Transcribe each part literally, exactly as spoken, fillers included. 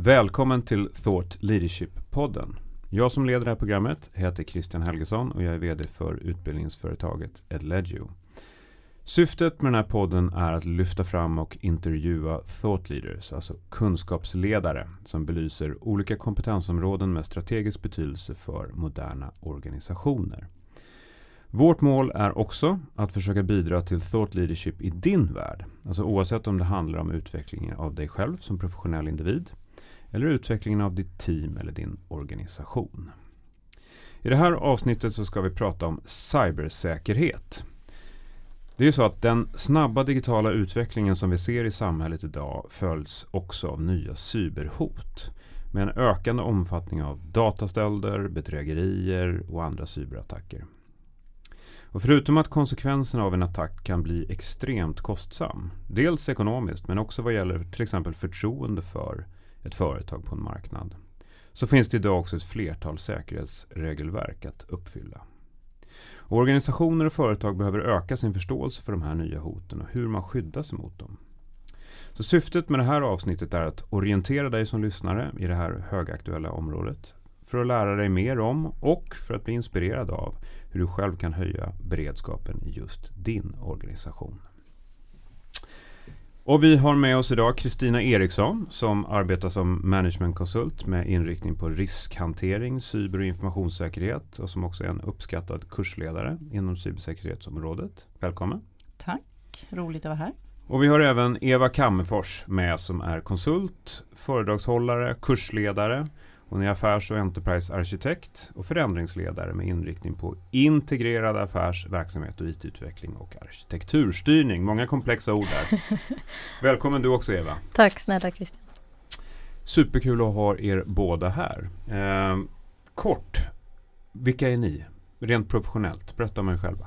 Välkommen till Thought Leadership-podden. Jag som leder det här programmet heter Christian Helgesson och jag är vd för utbildningsföretaget Edlegio. Syftet med den här podden är att lyfta fram och intervjua thought leaders, alltså kunskapsledare som belyser olika kompetensområden med strategisk betydelse för moderna organisationer. Vårt mål är också att försöka bidra till thought leadership i din värld, alltså oavsett om det handlar om utvecklingen av dig själv som professionell individ eller utvecklingen av ditt team eller din organisation. I det här avsnittet så ska vi prata om cybersäkerhet. Det är ju så att den snabba digitala utvecklingen som vi ser i samhället idag följs också av nya cyberhot med en ökande omfattning av datastölder, bedrägerier och andra cyberattacker. Och förutom att konsekvenserna av en attack kan bli extremt kostsam, dels ekonomiskt men också vad gäller till exempel förtroende för ett företag på en marknad, så finns det idag också ett flertal säkerhetsregelverk att uppfylla. Och organisationer och företag behöver öka sin förståelse för de här nya hoten och hur man skyddar sig mot dem. Så syftet med det här avsnittet är att orientera dig som lyssnare i det här högaktuella området för att lära dig mer om och för att bli inspirerad av hur du själv kan höja beredskapen i just din organisation. Och vi har med oss idag Kristina Eriksson som arbetar som managementkonsult med inriktning på riskhantering, cyber- och informationssäkerhet och som också är en uppskattad kursledare inom cybersäkerhetsområdet. Välkommen. Tack, roligt att vara här. Och vi har även Eva Kammerfors med som är konsult, föredragshållare, kursledare. Hon är affärs- och enterprise-arkitekt och förändringsledare med inriktning på integrerad affärsverksamhet och I T-utveckling och arkitekturstyrning. Många komplexa ord där. Välkommen du också, Eva. Tack snälla Christian. Superkul att ha er båda här. Eh, kort, vilka är ni? Rent professionellt, berätta om er själva.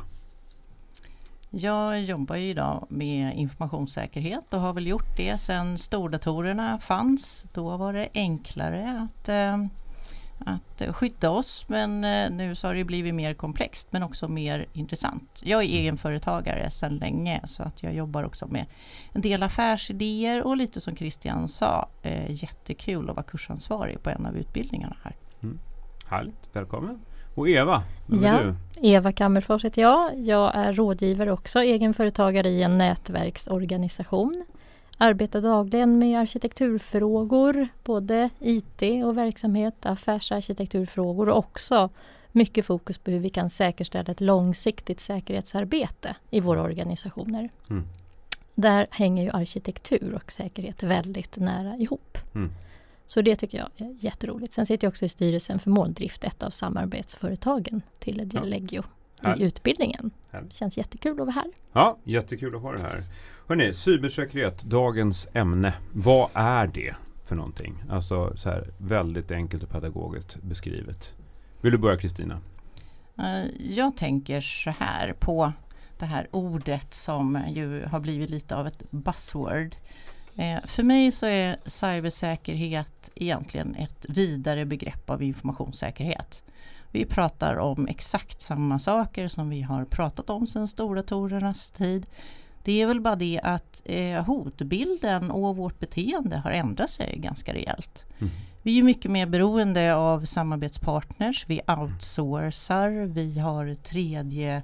Jag jobbar ju idag med informationssäkerhet och har väl gjort det sedan stordatorerna fanns. Då var det enklare att, eh, att skydda oss, men eh, nu så har det blivit mer komplext men också mer intressant. Jag är egenföretagare sedan länge så att jag jobbar också med en del affärsidéer och lite som Christian sa, eh, jättekul att vara kursansvarig på en av utbildningarna här. Mm. Härligt, välkommen. Och Eva, vem ja, är du? Eva Kammerfors heter jag. Jag är rådgivare också, egenföretagare i en nätverksorganisation. Arbetar dagligen med arkitekturfrågor, både I T och verksamhet, affärsarkitekturfrågor och också mycket fokus på hur vi kan säkerställa ett långsiktigt säkerhetsarbete i våra organisationer. Mm. Där hänger ju arkitektur och säkerhet väldigt nära ihop. Mm. Så det tycker jag är jätteroligt. Sen sitter jag också i styrelsen för Måldrift, ett av samarbetsföretagen till Edlegio ja. i utbildningen. Det känns jättekul att vara här. Ja, jättekul att ha det här. Hörrni, cybersäkerhet, dagens ämne. Vad är det för någonting? Alltså så här väldigt enkelt och pedagogiskt beskrivet. Vill du börja, Kristina? Jag tänker så här på det här ordet som ju har blivit lite av ett buzzword. Eh, för mig så är cybersäkerhet egentligen ett vidare begrepp av informationssäkerhet. Vi pratar om exakt samma saker som vi har pratat om sedan stordatorernas tid. Det är väl bara det att eh, hotbilden och vårt beteende har ändrat sig ganska rejält. Mm. Vi är mycket mer beroende av samarbetspartners, vi outsourcar, vi har tredje,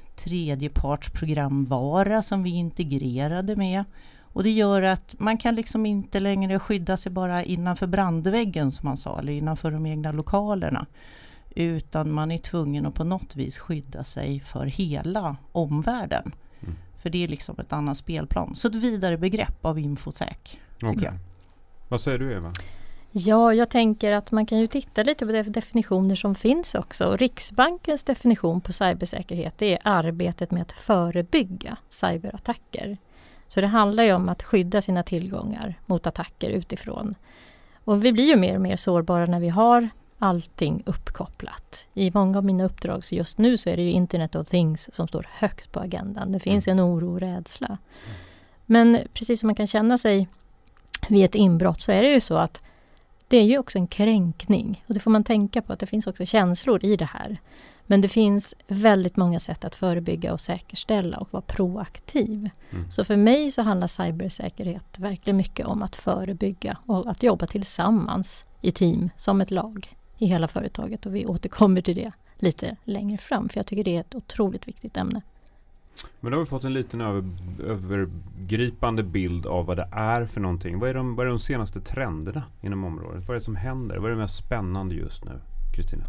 tredjepartsprogramvara som vi är integrerade med. Och det gör att man kan liksom inte längre skydda sig bara innanför brandväggen som man sa, eller innanför de egna lokalerna. Utan man är tvungen att på något vis skydda sig för hela omvärlden. Mm. För det är liksom ett annat spelplan. Så ett vidare begrepp av infosäk, tycker okay. jag. Vad säger du, Eva? Ja, jag tänker att man kan ju titta lite på de definitioner som finns också. Riksbankens definition på cybersäkerhet är arbetet med att förebygga cyberattacker. Så det handlar ju om att skydda sina tillgångar mot attacker utifrån. Och vi blir ju mer och mer sårbara när vi har allting uppkopplat. I många av mina uppdrag så just nu så är det ju Internet of Things som står högt på agendan. Det finns en oro och rädsla. Men precis som man kan känna sig vid ett inbrott så är det ju så att det är ju också en kränkning. Och det får man tänka på att det finns också känslor i det här. Men det finns väldigt många sätt att förebygga och säkerställa och vara proaktiv. Mm. Så för mig så handlar cybersäkerhet verkligen mycket om att förebygga och att jobba tillsammans i team som ett lag i hela företaget. Och vi återkommer till det lite längre fram, för jag tycker det är ett otroligt viktigt ämne. Men då har vi fått en liten över, övergripande bild av vad det är för någonting. Vad är, de, vad är de senaste trenderna inom området? Vad är det som händer? Vad är det mest spännande just nu, Kristina?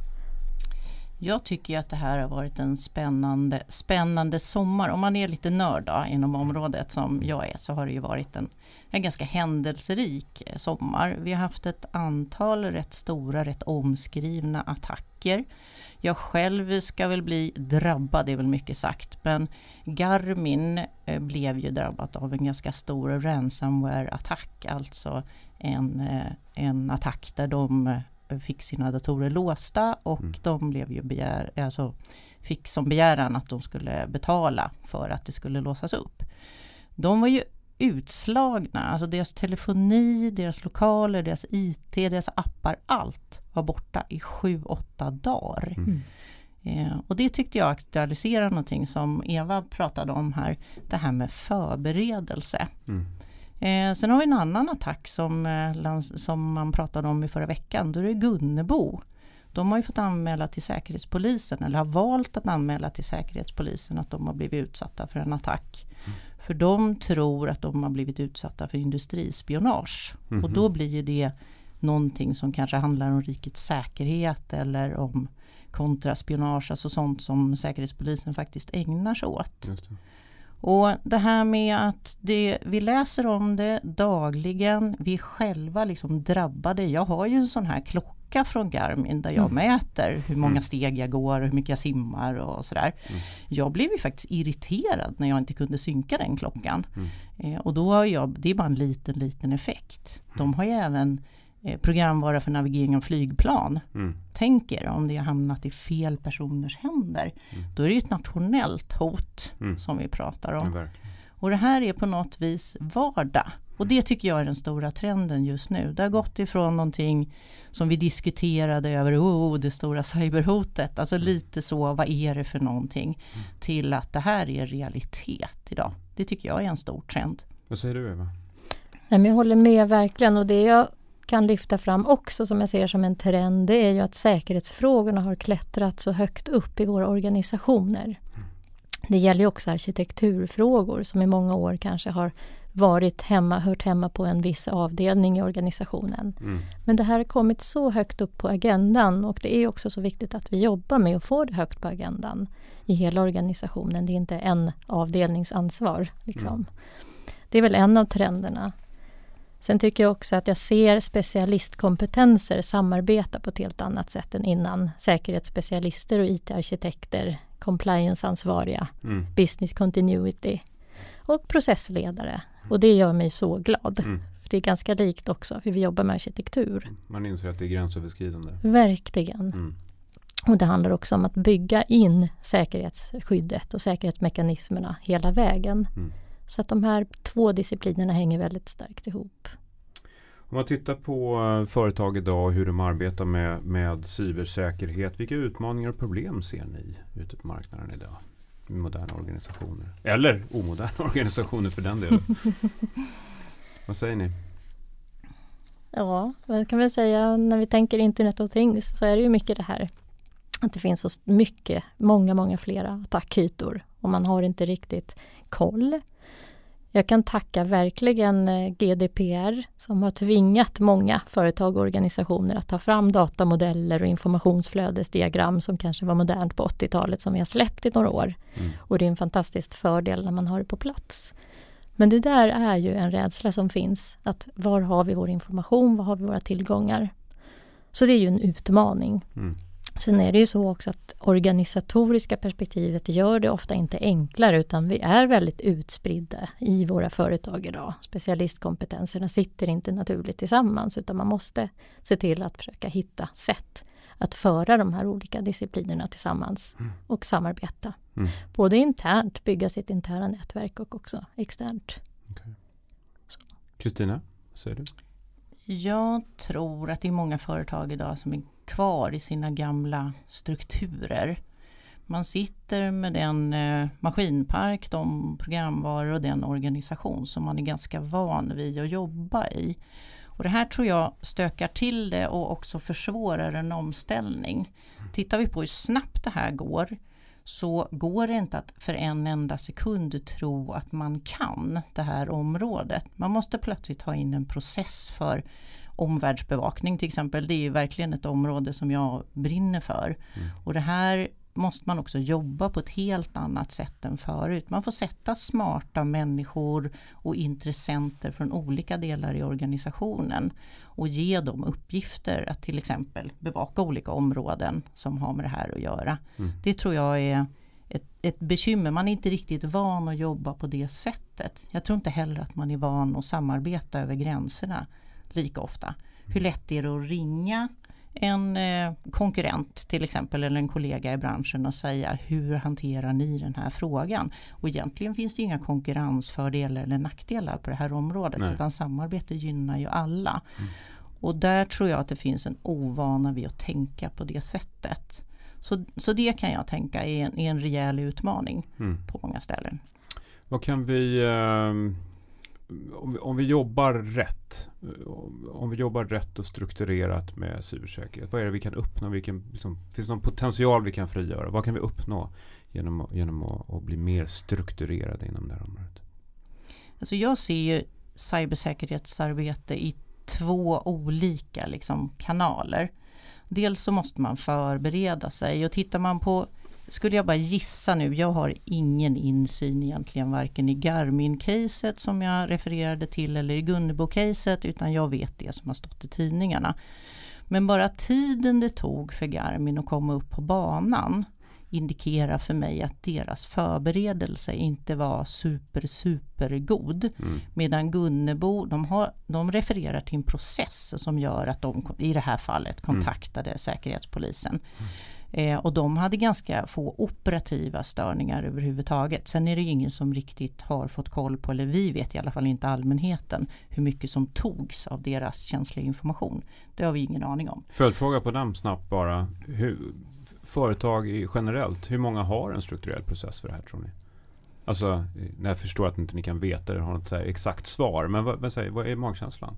Jag tycker att det här har varit en spännande, spännande sommar. Om man är lite nörd inom området som jag är, så har det ju varit en, en ganska händelserik sommar. Vi har haft ett antal rätt stora, rätt omskrivna attacker. Jag själv ska väl bli drabbad, det är väl mycket sagt. Men Garmin eh, blev ju drabbat av en ganska stor ransomware-attack. Alltså en, eh, en attack där de eh, fick sina datorer låsta och mm. de blev ju begär, alltså fick som begäran att de skulle betala för att det skulle låsas upp. De var ju utslagna, alltså deras telefoni, deras lokaler, deras I T, deras appar, allt var borta i sju, åtta dagar. Mm. Eh, och det tyckte jag aktualiserar någonting som Eva pratade om här, det här med förberedelse. Mm. Eh, sen har vi en annan attack som, eh, som man pratade om i förra veckan, då är det Gunnebo. De har ju fått anmäla till Säkerhetspolisen, eller har valt att anmäla till Säkerhetspolisen att de har blivit utsatta för en attack. Mm. För de tror att de har blivit utsatta för industrispionage. Mm-hmm. Och då blir ju det någonting som kanske handlar om rikets säkerhet eller om kontraspionage, alltså sånt som Säkerhetspolisen faktiskt ägnar sig åt. Just det. Och det här med att det, vi läser om det dagligen, vi själva liksom drabbade. Jag har ju en sån här klocka från Garmin där jag mm. mäter hur många steg jag går, hur mycket jag simmar och sådär. Mm. Jag blev ju faktiskt irriterad när jag inte kunde synka den klockan. Mm. Eh, och då har jag, det är bara en liten, liten effekt. De har ju även eh, programvara för navigering av flygplan. Mm. Tänk er om det har hamnat i fel personers händer. Mm. Då är det ju ett nationellt hot mm. som vi pratar om. Ja, och det här är på något vis vardag. Och det tycker jag är den stora trenden just nu. Det har gått ifrån någonting som vi diskuterade över oh, det stora cyberhotet. Alltså lite så, vad är det för någonting? Mm. Till att det här är realitet idag. Det tycker jag är en stor trend. Vad säger du, Eva? Nej, men jag håller med verkligen. Och det jag kan lyfta fram också som jag ser som en trend, det är ju att säkerhetsfrågorna har klättrat så högt upp i våra organisationer. Mm. Det gäller ju också arkitekturfrågor som i många år kanske har varit hemma, hört hemma på en viss avdelning i organisationen. Mm. Men det här har kommit så högt upp på agendan, och det är också så viktigt att vi jobbar med att få det högt på agendan i hela organisationen. Det är inte en avdelningsansvar. Liksom. Mm. Det är väl en av trenderna. Sen tycker jag också att jag ser specialistkompetenser samarbeta på ett helt annat sätt än innan. Säkerhetsspecialister och I T-arkitekter, compliance-ansvariga, mm. business continuity och processledare. Och det gör mig så glad. Mm. Det är ganska likt också hur vi jobbar med arkitektur. Man inser att det är gränsöverskridande. Verkligen. Mm. Och det handlar också om att bygga in säkerhetsskyddet och säkerhetsmekanismerna hela vägen. Mm. Så att de här två disciplinerna hänger väldigt starkt ihop. Om man tittar på företag idag och hur de arbetar med, med cybersäkerhet, vilka utmaningar och problem ser ni ute på marknaden idag? Moderna organisationer. Eller omoderna organisationer för den delen. Vad säger ni? Ja, vad kan vi säga, när vi tänker Internet of Things så är det ju mycket det här. Att det finns så mycket, många, många flera attackytor. Och man har inte riktigt koll. Jag kan tacka verkligen G D P R som har tvingat många företag och organisationer att ta fram datamodeller och informationsflödesdiagram som kanske var modernt på åttiotalet som vi har släppt i några år. Mm. Och det är en fantastisk fördel när man har det på plats. Men det där är ju en rädsla som finns. Att var har vi vår information? Var har vi våra tillgångar? Så det är ju en utmaning. Mm. Sen är det ju så också att organisatoriska perspektivet gör det ofta inte enklare, utan vi är väldigt utspridda i våra företag idag. Specialistkompetenserna sitter inte naturligt tillsammans, utan man måste se till att försöka hitta sätt att föra de här olika disciplinerna tillsammans mm. och samarbeta. Mm. Både internt, bygga sitt interna nätverk och också externt. Okay. Kristina, vad säger du? Jag tror att det är många företag idag som är kvar i sina gamla strukturer. Man sitter med den eh, maskinpark, de programvaror och den organisation som man är ganska van vid att jobba i. Och det här tror jag stökar till det och också försvårar en omställning. Tittar vi på hur snabbt det här går, så går det inte att för en enda sekund tro att man kan det här området. Man måste plötsligt ha in en process för omvärldsbevakning till exempel. Det är ju verkligen ett område som jag brinner för. Mm. Och det här måste man också jobba på ett helt annat sätt än förut. Man får sätta smarta människor och intressenter från olika delar i organisationen och ge dem uppgifter att till exempel bevaka olika områden som har med det här att göra. Mm. Det tror jag är ett, ett bekymmer. Man är inte riktigt van att jobba på det sättet. Jag tror inte heller att man är van att samarbeta över gränserna lika ofta. Hur lätt är det att ringa en eh, konkurrent till exempel eller en kollega i branschen och säga hur hanterar ni den här frågan? Och egentligen finns det inga konkurrensfördelar eller nackdelar på det här området. Nej. Utan samarbete gynnar ju alla. Mm. Och där tror jag att det finns en ovana vid att tänka på det sättet. Så, så det kan jag tänka är en, är en rejäl utmaning mm. på många ställen. Vad kan vi... Uh... Om vi, om vi jobbar rätt om vi jobbar rätt och strukturerat med cybersäkerhet, vad är det vi kan uppnå? Vilken, liksom, finns det någon potential vi kan frigöra? Vad kan vi uppnå genom, genom att, att bli mer strukturerade inom det här området? Alltså jag ser ju cybersäkerhetsarbete i två olika liksom, kanaler. Dels så måste man förbereda sig och tittar man på, skulle jag bara gissa nu, jag har ingen insyn egentligen varken i Garmin-caset som jag refererade till eller i Gunnebo-caset, utan jag vet det som har stått i tidningarna. Men bara tiden det tog för Garmin att komma upp på banan indikerar för mig att deras förberedelse inte var super, super god. Mm. Medan Gunnebo, de, har, de refererar till en process som gör att de i det här fallet kontaktade mm. Säkerhetspolisen. Mm. Eh, och de hade ganska få operativa störningar överhuvudtaget. Sen är det ju ingen som riktigt har fått koll på, eller vi vet i alla fall inte allmänheten, hur mycket som togs av deras känsliga information. Det har vi ingen aning om. Följdfråga på dem snabbt bara. Hur, företag generellt, hur många har en strukturell process för det här tror ni? Alltså, när jag förstår att inte ni kan veta eller har något så här exakt svar, men vad, vad, säger, vad är magkänslan?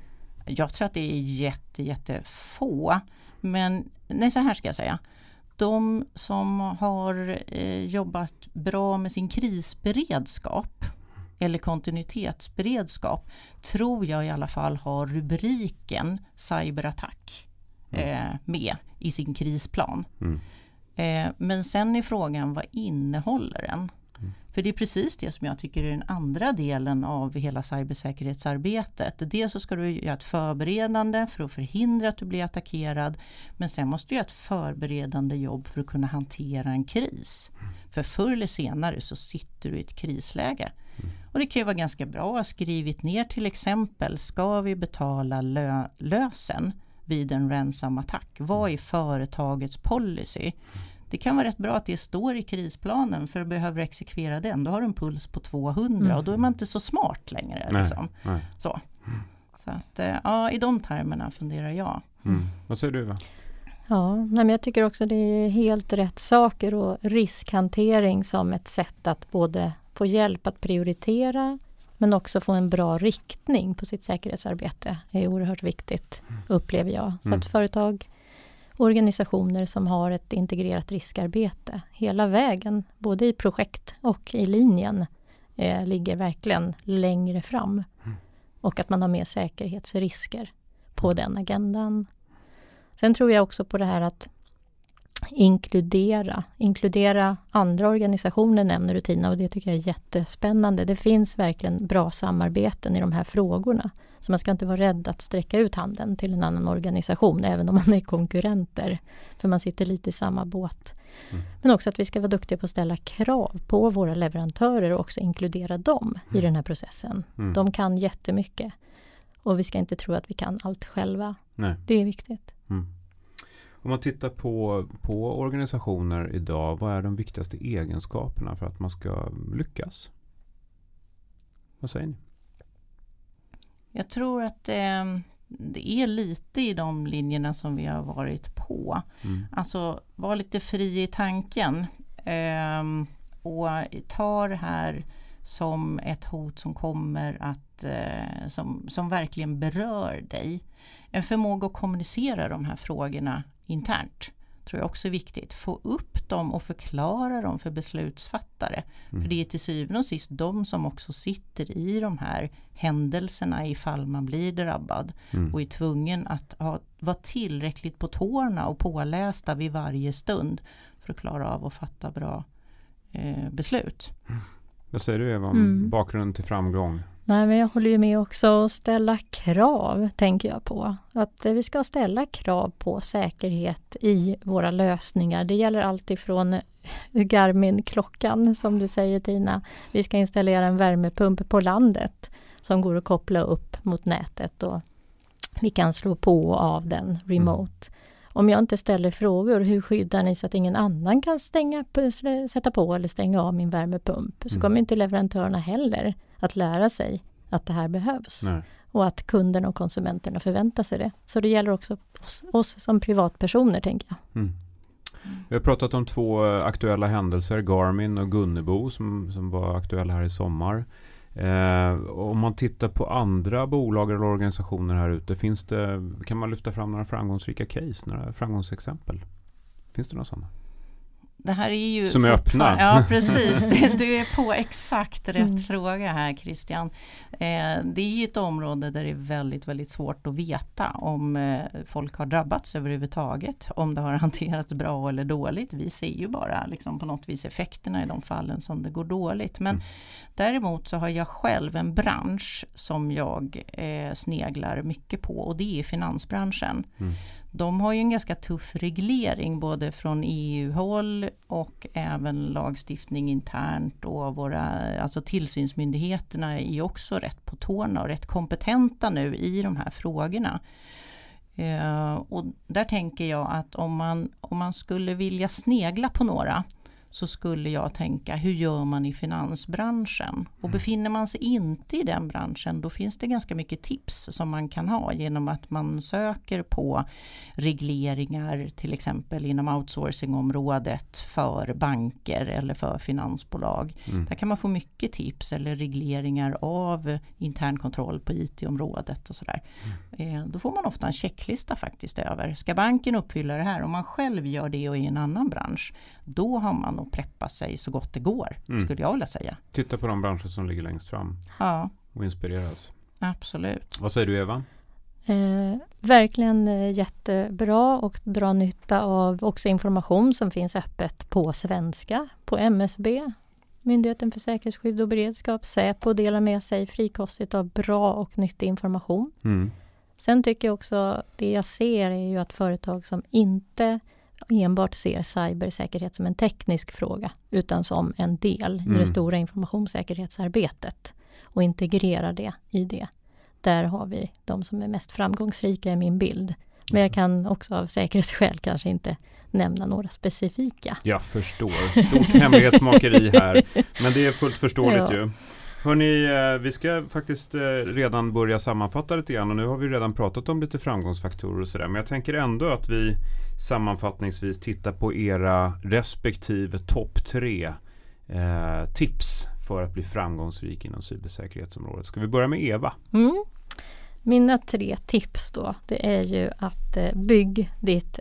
Jag tror att det är jätte, jättefå. Men nej, så här ska jag säga. De som har eh, jobbat bra med sin krisberedskap eller kontinuitetsberedskap tror jag i alla fall har rubriken cyberattack eh, med i sin krisplan. Mm. Eh, men sen är frågan, vad innehåller den? Mm. För det är precis det som jag tycker är den andra delen av hela cybersäkerhetsarbetet. Dels så ska du göra ett förberedande för att förhindra att du blir attackerad. Men sen måste du göra ett förberedande jobb för att kunna hantera en kris. Mm. För förr eller senare så sitter du i ett krisläge. Mm. Och det kan ju vara ganska bra att ha skrivit ner till exempel, ska vi betala lö- lösen vid en ransom-attack? Vad är företagets policy? Det kan vara rätt bra att det står i krisplanen, för att behöver exekvera den. Då har du en puls på tvåhundra mm. och då är man inte så smart längre. Nej, liksom. nej. Så. Så att, ja, i de termerna funderar jag. Mm. Vad säger du, va? Ja, nej, men jag tycker också det är helt rätt saker och riskhantering som ett sätt att både få hjälp att prioritera men också få en bra riktning på sitt säkerhetsarbete är oerhört viktigt, upplever jag. Så mm. att företag, organisationer som har ett integrerat riskarbete hela vägen, både i projekt och i linjen, eh, ligger verkligen längre fram. Mm. Och att man har med säkerhetsrisker på den agendan. Sen tror jag också på det här att inkludera, inkludera andra organisationer, nämner du Tina, och det tycker jag är jättespännande. Det finns verkligen bra samarbeten i de här frågorna. Så man ska inte vara rädd att sträcka ut handen till en annan organisation, även om man är konkurrenter. För man sitter lite i samma båt. Mm. Men också att vi ska vara duktiga på att ställa krav på våra leverantörer och också inkludera dem mm. i den här processen. Mm. De kan jättemycket. Och vi ska inte tro att vi kan allt själva. Nej. Det är viktigt. Mm. Om man tittar på, på organisationer idag, vad är de viktigaste egenskaperna för att man ska lyckas? Vad säger ni? Jag tror att det, det är lite i de linjerna som vi har varit på. Mm. Alltså, var lite fri i tanken. eh, och tar det här som ett hot som kommer att eh, som, som verkligen berör dig. En förmåga att kommunicera de här frågorna internt tror jag också är viktigt. Få upp dem och förklara dem för beslutsfattare. Mm. För det är till syvende och sist de som också sitter i de här händelserna ifall man blir drabbad. Mm. Och är tvungen att ha, vara tillräckligt på tårna och pålästa vid varje stund för att klara av att fatta bra eh, beslut. Mm. Vad säger du Eva om mm. bakgrunden till framgång? Nej, men jag håller ju med också att ställa krav, tänker jag på. Att vi ska ställa krav på säkerhet i våra lösningar. Det gäller allt ifrån Garmin-klockan, som du säger Tina. Vi ska installera en värmepump på landet som går att koppla upp mot nätet och vi kan slå på och av den remote. Mm. Om jag inte ställer frågor, hur skyddar ni så att ingen annan kan stänga, sätta på eller stänga av min värmepump? Så mm. kommer inte leverantörerna heller att lära sig att det här behövs. Nej. Och att kunderna och konsumenterna förväntar sig det. Så det gäller också oss, oss som privatpersoner, tänker jag. Mm. Vi har pratat om två aktuella händelser, Garmin och Gunnebo, som, som var aktuella här i sommar. Eh, om man tittar på andra bolag eller organisationer här ute, finns det, kan man lyfta fram några framgångsrika case, några framgångsexempel? Finns det några sådana? Det här är ju som är öppna. Ja, precis. Det, du är på exakt rätt mm. fråga här, Christian. Eh, det är ju ett område där det är väldigt, väldigt svårt att veta om eh, folk har drabbats överhuvudtaget. Om det har hanterats bra eller dåligt. Vi ser ju bara liksom, på något vis effekterna i de fallen som det går dåligt. Men mm. däremot så har jag själv en bransch som jag eh, sneglar mycket på. Och det är finansbranschen. Mm. De har ju en ganska tuff reglering både från E U-håll och även lagstiftning internt, och våra alltså tillsynsmyndigheterna är ju också rätt på tårna och rätt kompetenta nu i de här frågorna. Uh, och där tänker jag att om man, om man skulle vilja snegla på några, så skulle jag tänka, hur gör man i finansbranschen? Och befinner man sig inte i den branschen, då finns det ganska mycket tips som man kan ha genom att man söker på regleringar, till exempel inom outsourcingområdet för banker eller för finansbolag. Mm. Där kan man få mycket tips eller regleringar av internkontroll på I T-området och sådär. Mm. Eh, då får man ofta en checklista faktiskt över. Ska banken uppfylla det här? Om man själv gör det och i en annan bransch, då har man att preppa sig så gott det går, mm. skulle jag vilja säga. Titta på de branscher som ligger längst fram ja. och inspireras. Absolut. Vad säger du Eva? Eh, verkligen eh, jättebra, och dra nytta av också information som finns öppet på svenska, på M S B, Myndigheten för säkerhetsskydd och beredskap. Säpo delar med sig frikostigt av bra och nyttig information. Mm. Sen tycker jag också, det jag ser är ju att företag som inte enbart ser cybersäkerhet som en teknisk fråga, utan som en del mm. i det stora informationssäkerhetsarbetet och integrerar det i det. Där har vi de som är mest framgångsrika i min bild. Men jag kan också av säkerhetsskäl kanske inte nämna några specifika. Jag förstår. Stort hemlighetsmakeri här. Men det är fullt förståeligt ja. ju. Hörrni, vi ska faktiskt redan börja sammanfatta lite grann, och nu har vi redan pratat om lite framgångsfaktorer och sådär. Men jag tänker ändå att vi sammanfattningsvis tittar på era respektive topp tre eh, tips för att bli framgångsrik inom cybersäkerhetsområdet. Ska vi börja med Eva? Mm. Mina tre tips då, det är ju att eh, bygg ditt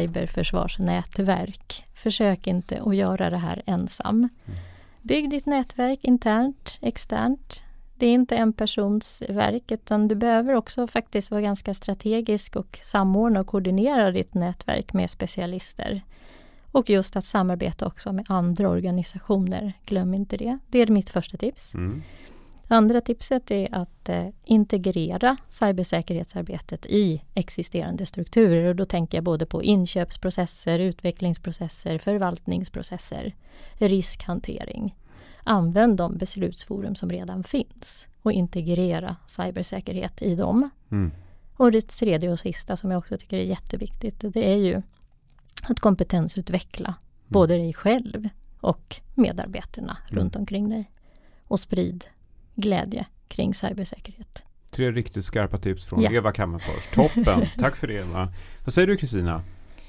cyberförsvarsnätverk. Försök inte att göra det här ensam. Mm. Bygg ditt nätverk internt, externt. Det är inte en persons verk, utan du behöver också faktiskt vara ganska strategisk och samordna och koordinera ditt nätverk med specialister. Och just att samarbeta också med andra organisationer. Glöm inte det. Det är mitt första tips. Mm. Andra tipset är att eh, integrera cybersäkerhetsarbetet i existerande strukturer. Och då tänker jag både på inköpsprocesser, utvecklingsprocesser, förvaltningsprocesser, riskhantering. Använd de beslutsforum som redan finns och integrera cybersäkerhet i dem. Mm. Och det tredje och sista som jag också tycker är jätteviktigt, det är ju att kompetensutveckla mm. både dig själv och medarbetarna mm. runt omkring dig. Och sprid glädje kring cybersäkerhet. Tre riktigt skarpa tips från ja. Eva Kammerfors. Toppen. Tack för det, Eva. Vad säger du, Kristina?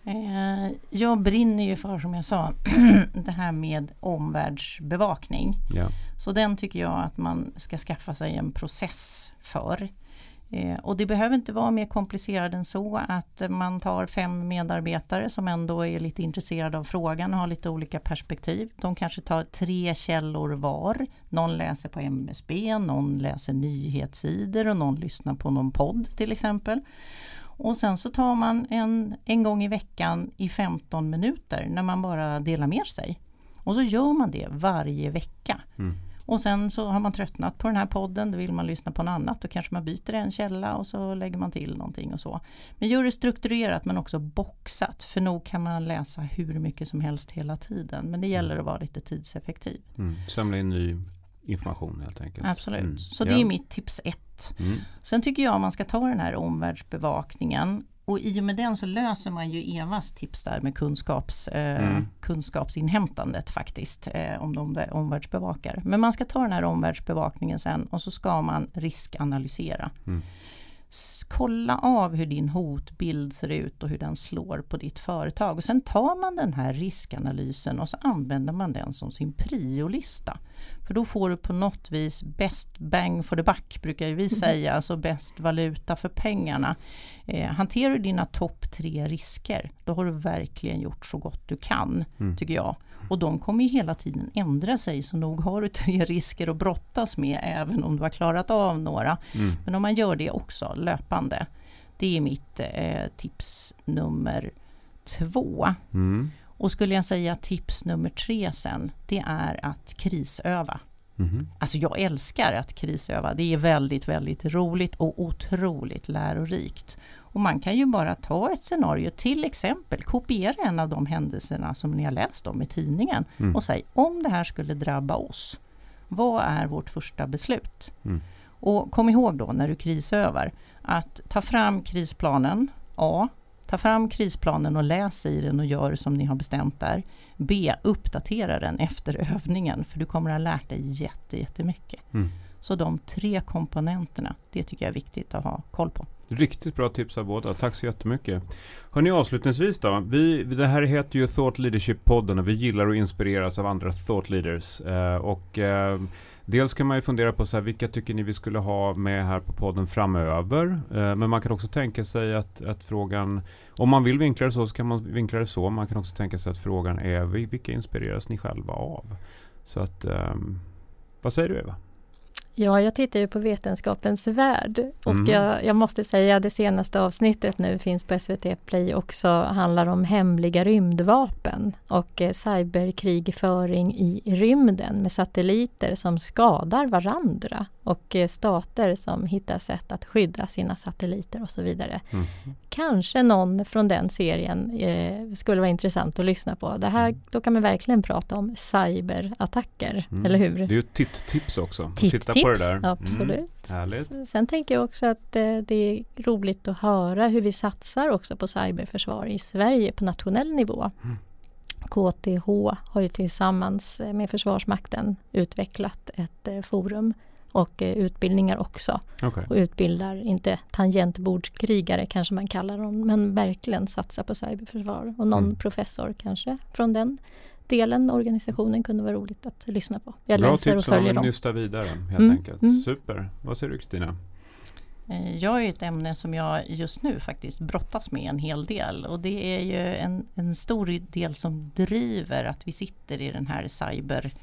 Eh, jag brinner ju för, som jag sa, det här med omvärldsbevakning. Ja. Så den tycker jag att man ska skaffa sig en process för. Eh, och det behöver inte vara mer komplicerat än så att man tar fem medarbetare som ändå är lite intresserade av frågan och har lite olika perspektiv. De kanske tar tre källor var. Någon läser på M S B, någon läser nyhetssidor och någon lyssnar på någon podd till exempel. Och sen så tar man en, en gång i veckan i femton minuter när man bara delar med sig. Och så gör man det varje vecka. Mm. Och sen så har man tröttnat på den här podden, då vill man lyssna på något annat. Då kanske man byter en källa och så lägger man till någonting och så. Men gör det strukturerat men också boxat. För nog kan man läsa hur mycket som helst hela tiden. Men det gäller att vara lite tidseffektiv. Mm. Samla in ny information helt enkelt. Absolut. Mm. Så ja. det är mitt tips ett. Mm. Sen tycker jag man ska ta den här omvärldsbevakningen. Och i och med den så löser man ju Evas tips där med kunskaps, eh, mm. kunskapsinhämtandet faktiskt. Eh, om de omvärldsbevakar. Men man ska ta den här omvärldsbevakningen sen och så ska man riskanalysera. Mm. Kolla av hur din hotbild ser ut och hur den slår på ditt företag. Och sen tar man den här riskanalysen och så använder man den som sin priolista. För då får du på något vis best bang for the buck, brukar ju vi säga. Alltså bäst valuta för pengarna. Eh, hanterar du dina topp tre risker, då har du verkligen gjort så gott du kan, mm. tycker jag. Och de kommer ju hela tiden ändra sig, så nog har du tre risker att brottas med även om du har klarat av några. Mm. Men om man gör det också löpande, det är mitt eh, tips nummer två. Mm. Och skulle jag säga tips nummer tre sen, det är att krisöva. Mm. Alltså jag älskar att krisöva. Det är väldigt, väldigt roligt och otroligt lärorikt. Och man kan ju bara ta ett scenario, till exempel kopiera en av de händelserna som ni har läst om i tidningen mm. och säga, om det här skulle drabba oss, vad är vårt första beslut? Mm. Och kom ihåg då när du krisövar att ta fram krisplanen A, ta fram krisplanen och läs i den och gör som ni har bestämt där. B, uppdatera den efter övningen, för du kommer att ha lärt dig jätte, jättemycket. Mm. Så de tre komponenterna, det tycker jag är viktigt att ha koll på. Riktigt bra tips av båda. Tack så jättemycket. Hörrni, avslutningsvis då. Vi, det här heter ju Thought Leadership-podden och vi gillar att inspireras av andra thought leaders. Eh, och eh, dels kan man ju fundera på så här, vilka tycker ni vi skulle ha med här på podden framöver. Eh, men man kan också tänka sig att, att frågan, om man vill vinkla det så, så kan man vinkla det så. Man kan också tänka sig att frågan är, vilka inspireras ni själva av? Så att, eh, vad säger du, Eva? Ja, jag tittar ju på Vetenskapens värld och mm. jag, jag måste säga att det senaste avsnittet nu finns på S V T Play också, handlar om hemliga rymdvapen och eh, cyberkrigföring i rymden med satelliter som skadar varandra och eh, stater som hittar sätt att skydda sina satelliter och så vidare. Mm. Kanske någon från den serien eh, skulle vara intressant att lyssna på. Det här, då kan man verkligen prata om cyberattacker, mm. eller hur? Det är ju ett titt-tips också. Titt-tips, på det där. Absolut. Mm. Sen tänker jag också att eh, det är roligt att höra hur vi satsar också på cyberförsvar i Sverige på nationell nivå. Mm. K T H har ju tillsammans med Försvarsmakten utvecklat ett eh, forum och eh, utbildningar också. Okay. Och utbildar inte tangentbordskrigare kanske man kallar dem, men verkligen satsa på cyberförsvar. Och någon mm. professor kanske från den delen, organisationen, kunde vara roligt att lyssna på. Jag Bra läser tips och följer om dem. Nysta vidare helt mm. enkelt. Mm. Super. Vad säger du, Kristina? Jag är ett ämne som jag just nu faktiskt brottas med en hel del, och det är ju en, en stor del som driver att vi sitter i den här cyber,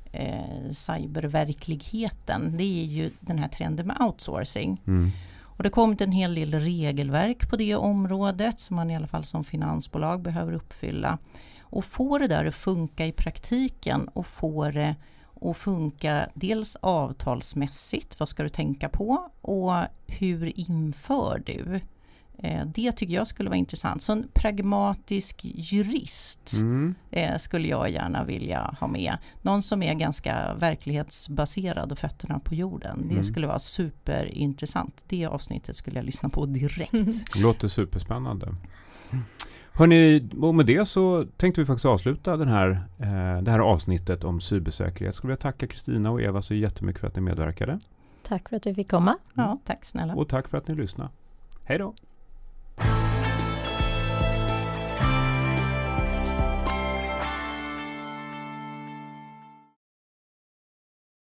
eh, cyberverkligheten. Det är ju den här trenden med outsourcing. Mm. Och det har kommit en hel del regelverk på det området som man i alla fall som finansbolag behöver uppfylla. Och få det där att funka i praktiken och få det att funka dels avtalsmässigt, vad ska du tänka på, och hur inför du? Eh, det tycker jag skulle vara intressant. Så en pragmatisk jurist mm. eh, skulle jag gärna vilja ha med. Någon som är ganska verklighetsbaserad och fötterna på jorden. Mm. Det skulle vara superintressant. Det avsnittet skulle jag lyssna på direkt. Låter superspännande. Hörrni, och med det så tänkte vi faktiskt avsluta den här, eh, det här avsnittet om cybersäkerhet. Skulle jag tacka Kristina och Eva så jättemycket för att ni medverkade. Tack för att du fick komma. Ja, tack snälla. Och tack för att ni lyssnade. Hej då!